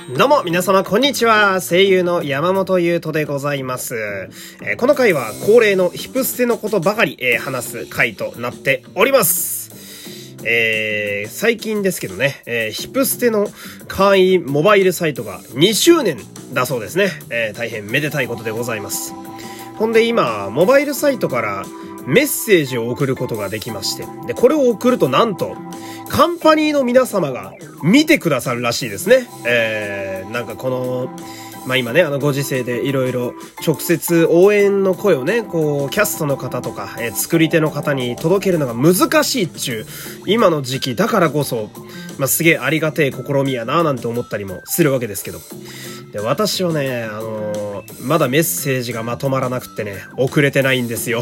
どうも皆様こんにちは。声優の山本優斗でございます。この回は恒例のヒプステのことばかり、話す回となっております。最近ですけどね、ヒプステの会員モバイルサイトが2周年だそうですね。大変めでたいことでございます。ほんで今モバイルサイトからメッセージを送ることができまして、でこれを送るとなんとカンパニーの皆様が見てくださるらしいですね。なんかこの今ねご時世でいろいろ直接応援の声をねこうキャストの方とか、作り手の方に届けるのが難しいっちゅう今の時期だからこそ、すげえありがてえ試みやななんて思ったりもするわけですけど、で私はねまだメッセージがまとまらなくってね送れてないんですよ。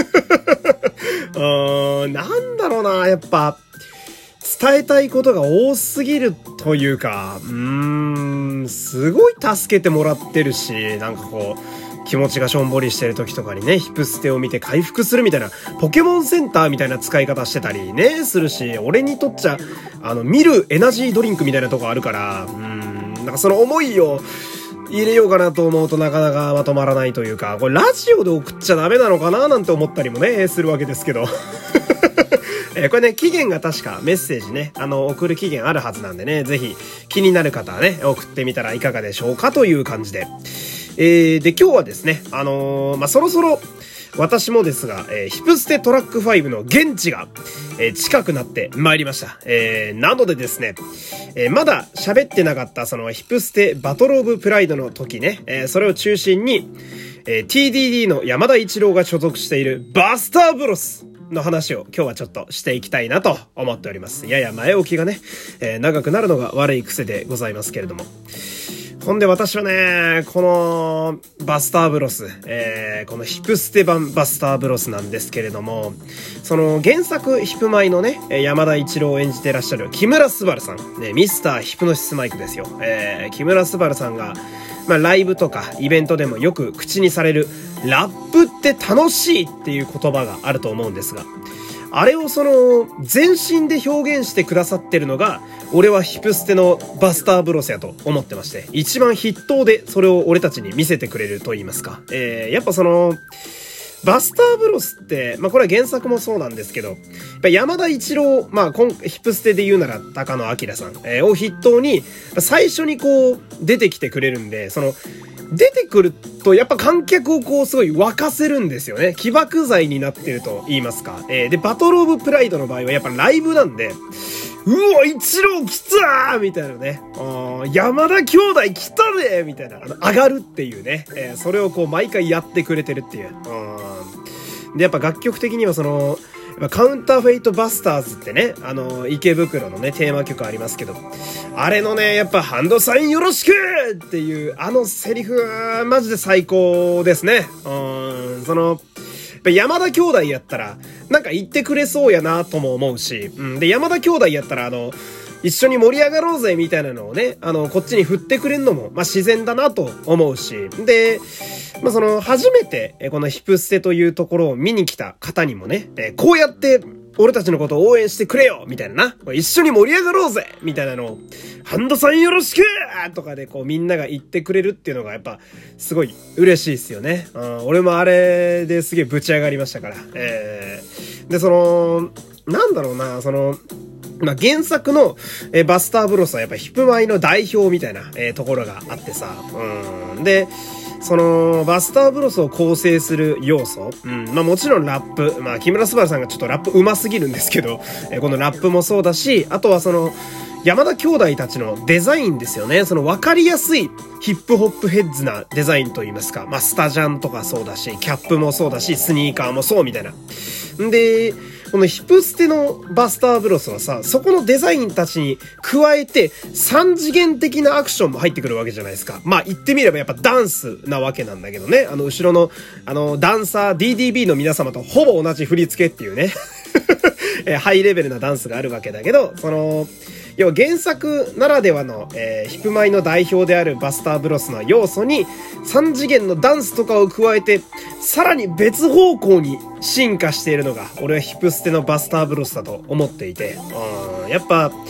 なんだろうな、やっぱ伝えたいことが多すぎるというか、すごい助けてもらってるし、なんかこう気持ちがしょんぼりしてる時とかにねヒプステを見て回復するみたいなポケモンセンターみたいな使い方してたりねするし、俺にとっちゃ見るエナジードリンクみたいなとこあるから、なんかその思いを入れようかなと思うとなかなかまとまらないというか、これラジオで送っちゃダメなのかななんて思ったりもねするわけですけど。これね、期限が確かメッセージね、送る期限あるはずなんでね、ぜひ気になる方はね、送ってみたらいかがでしょうかという感じで。で、今日はですね、そろそろ私もですが、ヒプステトラック5の現地が、近くなってまいりました。なのでですね、まだ喋ってなかったそのヒプステバトルオブプライドの時ね、それを中心に、TDD の山田一郎が所属しているバスターブロスの話を今日はちょっとしていきたいなと思っております。やや前置きがね、長くなるのが悪い癖でございますけれども。ほんで私はね、このバスターブロス、このヒプステ版バスターブロスなんですけれども、その原作ヒプマイのね、山田一郎を演じてらっしゃる木村昴さん、ね、ミスターヒプノシスマイクですよ。木村昴さんがライブとかイベントでもよく口にされるラップって楽しいっていう言葉があると思うんですが、あれをその全身で表現してくださってるのが俺はヒプステのバスターブロスやと思ってまして、一番筆頭でそれを俺たちに見せてくれると言いますか、やっぱそのバスターブロスって、これは原作もそうなんですけど、やっぱ山田一郎、ヒプステで言うなら高野明さん、を筆頭に、最初にこう、出てきてくれるんで、その、出てくると、やっぱ観客をこう、すごい沸かせるんですよね。起爆剤になってると言いますか。で、バトルオブプライドの場合はやっぱライブなんで、うわ、一郎来たーみたいなね。山田兄弟来たねみたいな。上がるっていうね。それをこう毎回やってくれてるっていう。で、やっぱ楽曲的にはその、カウンターフェイトバスターズってね、池袋のね、テーマ曲ありますけど、あれのね、やっぱハンドサインよろしくっていう、セリフ、マジで最高ですね。その、山田兄弟やったら、なんか言ってくれそうやなとも思うし、で、山田兄弟やったら一緒に盛り上がろうぜみたいなのをね、こっちに振ってくれるのも、自然だなと思うし、で、その、初めて、このヒプステというところを見に来た方にもね、こうやって、俺たちのことを応援してくれよみたいなな。一緒に盛り上がろうぜみたいなのを、ハンドサインよろしくとかでこうみんなが言ってくれるっていうのがやっぱ、すごい嬉しいですよね。俺もあれですげえぶち上がりましたから。で、その、なんだろうな、その、原作の、バスターブロスはやっぱヒプマイの代表みたいな、ところがあってさ。で、その、バスターブロスを構成する要素。もちろんラップ。木村昴さんがちょっとラップ上手すぎるんですけど、このラップもそうだし、あとはその、山田兄弟たちのデザインですよね。その分かりやすいヒップホップヘッズなデザインといいますか。スタジャンとかそうだし、キャップもそうだし、スニーカーもそうみたいな。で、このヒプステのバスターブロスはさ、そこのデザインたちに加えて3次元的なアクションも入ってくるわけじゃないですか。言ってみればやっぱダンスなわけなんだけどね。後ろのダンサー DDB の皆様とほぼ同じ振り付けっていうね。ハイレベルなダンスがあるわけだけど、その、要は原作ならではの、ヒプマイの代表であるバスターブロスの要素に3次元のダンスとかを加えてさらに別方向に進化しているのが俺はヒプステのバスターブロスだと思っていて、やっぱ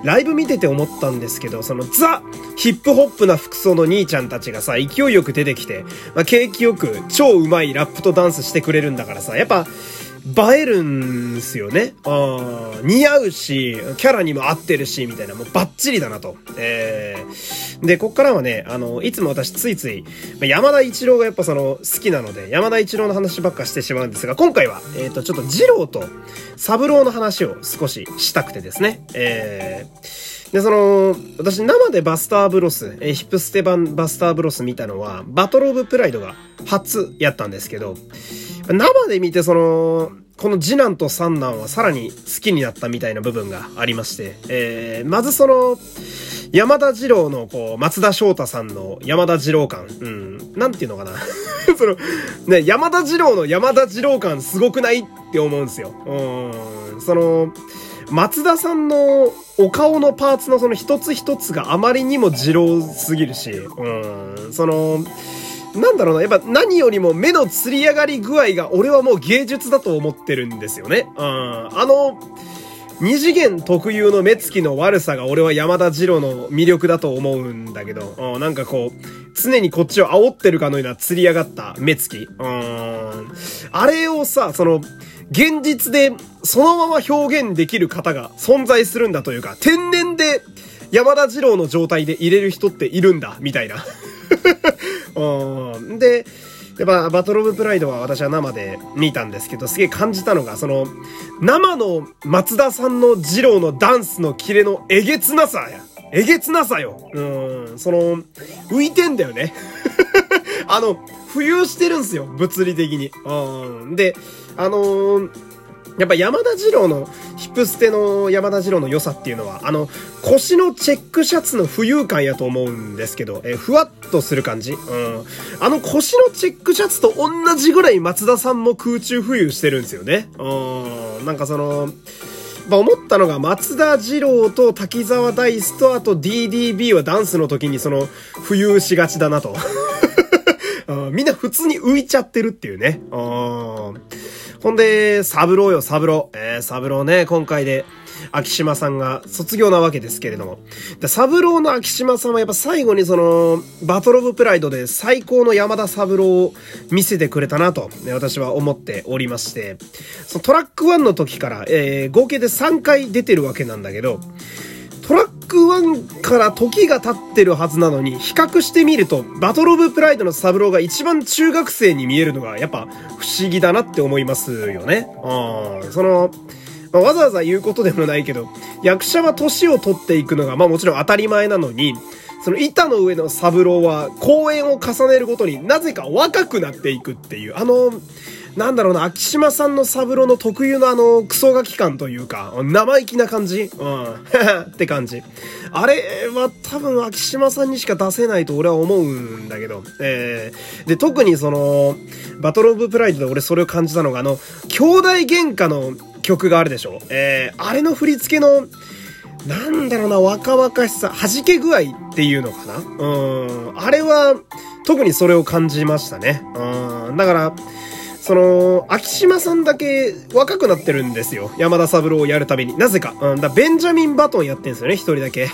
ライブ見てて思ったんですけど、そのザ・ヒップホップな服装の兄ちゃんたちがさ、勢いよく出てきて、景気よく超うまいラップとダンスしてくれるんだからさ、やっぱ、映えるんすよね。似合うし、キャラにも合ってるし、みたいな、もうバッチリだなと。で、こっからはね、いつも私ついつい、山田一郎がやっぱ好きなので、山田一郎の話ばっかしてしまうんですが、今回は、ちょっと二郎と三郎の話を少ししたくてですね。で、私生でバスターブロス、ヒップステ版バスターブロス見たのは、バトルオブプライドが初やったんですけど、生で見てこの次男と三男はさらに好きになったみたいな部分がありまして、まず山田二郎の松田翔太さんの山田二郎感、なんていうのかなね、山田二郎の山田二郎感すごくないって思うんですよ。松田さんのお顔のパーツの一つ一つがあまりにも二郎すぎるし、なんだろうな、やっぱ何よりも目のつり上がり具合が俺はもう芸術だと思ってるんですよね。二次元特有の目つきの悪さが俺は山田二郎の魅力だと思うんだけど、なんか常にこっちを煽ってるかのようなつり上がった目つき。あれをさ、現実でそのまま表現できる方が存在するんだというか、天然で山田二郎の状態で入れる人っているんだ、みたいな。で、やっぱバトルオブプライドは私は生で見たんですけど、すげえ感じたのが、生の松田さんの二郎のダンスのキレのえげつなさよ。浮いてんだよね。浮遊してるんすよ、物理的に。で、やっぱ山田二郎の、ヒップステの山田二郎の良さっていうのは、腰のチェックシャツの浮遊感やと思うんですけど、ふわっとする感じ。腰のチェックシャツと同じぐらい松田さんも空中浮遊してるんですよね。なんか思ったのが、松田二郎と滝沢ダイスとあと DDB はダンスの時に浮遊しがちだなと。みんな普通に浮いちゃってるっていうね。ほんで、三郎よ、三郎。三郎ね、今回で、秋島さんが卒業なわけですけれども。三郎の秋島さんはやっぱ最後にバトルオブプライドで最高の山田三郎を見せてくれたなと、私は思っておりまして、トラック1の時から、合計で3回出てるわけなんだけど、トラック1から時が経ってるはずなのに、比較してみると、バトルオブプライドのサブローが一番中学生に見えるのが、やっぱ不思議だなって思いますよね。わざわざ言うことでもないけど、役者は年を取っていくのが、もちろん当たり前なのに、板の上のサブローは、公演を重ねるごとになぜか若くなっていくっていう、なんだろうな、秋島さんのサブローの特有のクソガキ感というか、生意気な感じって感じ。あれは多分秋島さんにしか出せないと俺は思うんだけど、で、特にバトルオブプライドで俺それを感じたのが、兄弟喧嘩の曲があるでしょ。あれの振り付けの、なんだろうな、若々しさ、弾け具合っていうのかな。あれは、特にそれを感じましたね。だから、秋島さんだけ若くなってるんですよ。山田三郎をやるたびに。なぜか。ベンジャミン・バトンやってんすよね、一人だけ。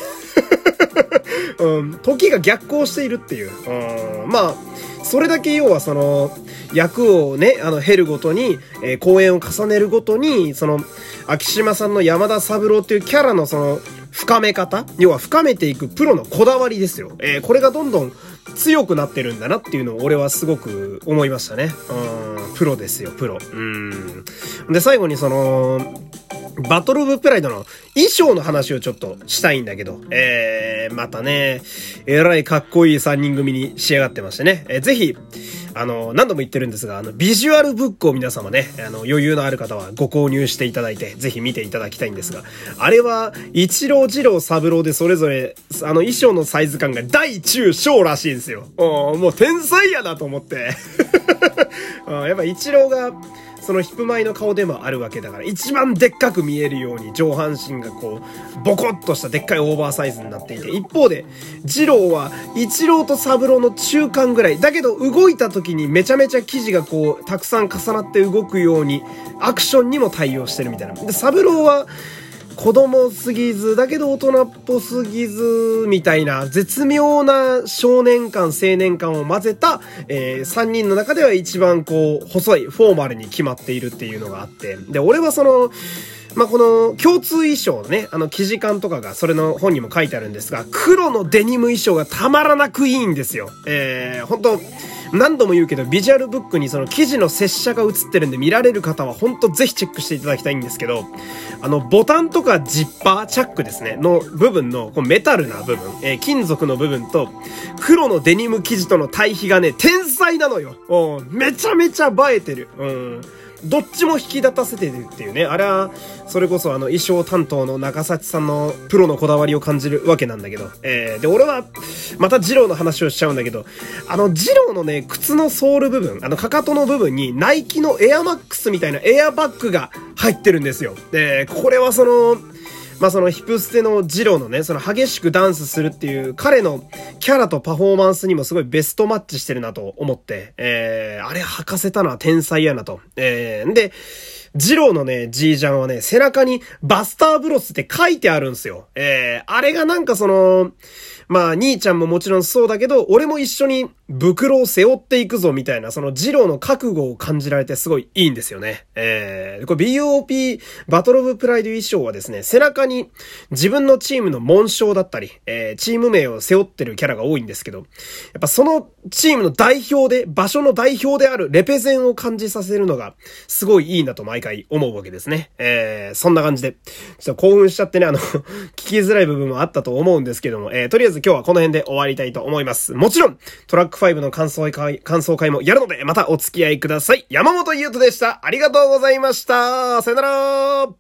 時が逆行しているっていう。それだけ要は役をね、経るごとに、公演を重ねるごとに、秋島さんの山田三郎っていうキャラの深め方、要は深めていくプロのこだわりですよ。これがどんどん強くなってるんだなっていうのを俺はすごく思いましたね。プロですよ、プロ。で、最後にバトルオブプライドの衣装の話をちょっとしたいんだけど、またね、えらいかっこいい3人組に仕上がってましてね、ぜひ、何度も言ってるんですが、ビジュアルブックを皆様ね、余裕のある方はご購入していただいて、ぜひ見ていただきたいんですが、あれは、一郎、二郎、三郎でそれぞれ、衣装のサイズ感が大中小らしいんですよ。もう天才やなと思って。やっぱ一郎が、ヒップマイの顔でもあるわけだから、一番でっかく見えるように上半身がボコッとしたでっかいオーバーサイズになっていて、一方で、二郎は、一郎と三郎の中間ぐらい、だけど動いた時にめちゃめちゃ生地がたくさん重なって動くように、アクションにも対応してるみたいな。で、三郎は、 子供すぎず、だけど大人っぽすぎず、みたいな絶妙な少年感、青年感を混ぜた、3人の中では一番こう、細い、フォーマルに決まっているっていうのがあって、で、俺はその、この共通衣装のね、記事感とかがそれの本にも書いてあるんですが、黒のデニム衣装がたまらなくいいんですよ。本当何度も言うけど、ビジュアルブックにその記事の拙者が写ってるんで見られる方は本当ぜひチェックしていただきたいんですけど、ボタンとかジッパー、チャックですね、の部分の、こうメタルな部分、金属の部分と、黒のデニム生地との対比がね、天才なのよ。めちゃめちゃ映えてる。どっちも引き立たせてるっていうね。あれは、それこそ衣装担当の中崎さんのプロのこだわりを感じるわけなんだけど。で、俺は、またジローの話をしちゃうんだけど、ジローのね、靴のソール部分、かかとの部分に、ナイキのエアマックスみたいなエアバッグが入ってるんですよ。で、これはそのヒプステのジローのね、その激しくダンスするっていう彼のキャラとパフォーマンスにもすごいベストマッチしてるなと思って、あれ履かせたのは天才やなと。で、ジローのね、G ジャンはね、背中にバスターブロスって書いてあるんすよ。あれがなんか兄ちゃんももちろんそうだけど、俺も一緒に袋を背負っていくぞみたいな、そのジローの覚悟を感じられてすごいいいんですよね。これ BOP バトルオブプライド衣装はですね、背中に自分のチームの紋章だったり、チーム名を背負ってるキャラが多いんですけど、やっぱそのチームの代表で、場所の代表であるレペゼンを感じさせるのがすごいいいなと毎回思うわけですね。そんな感じで、ちょっと興奮しちゃってね、聞きづらい部分もあったと思うんですけども、とりあえず今日はこの辺で終わりたいと思います。もちろん、トラック5の感想会もやるので、またお付き合いください。山本優斗でした。ありがとうございました。さよなら。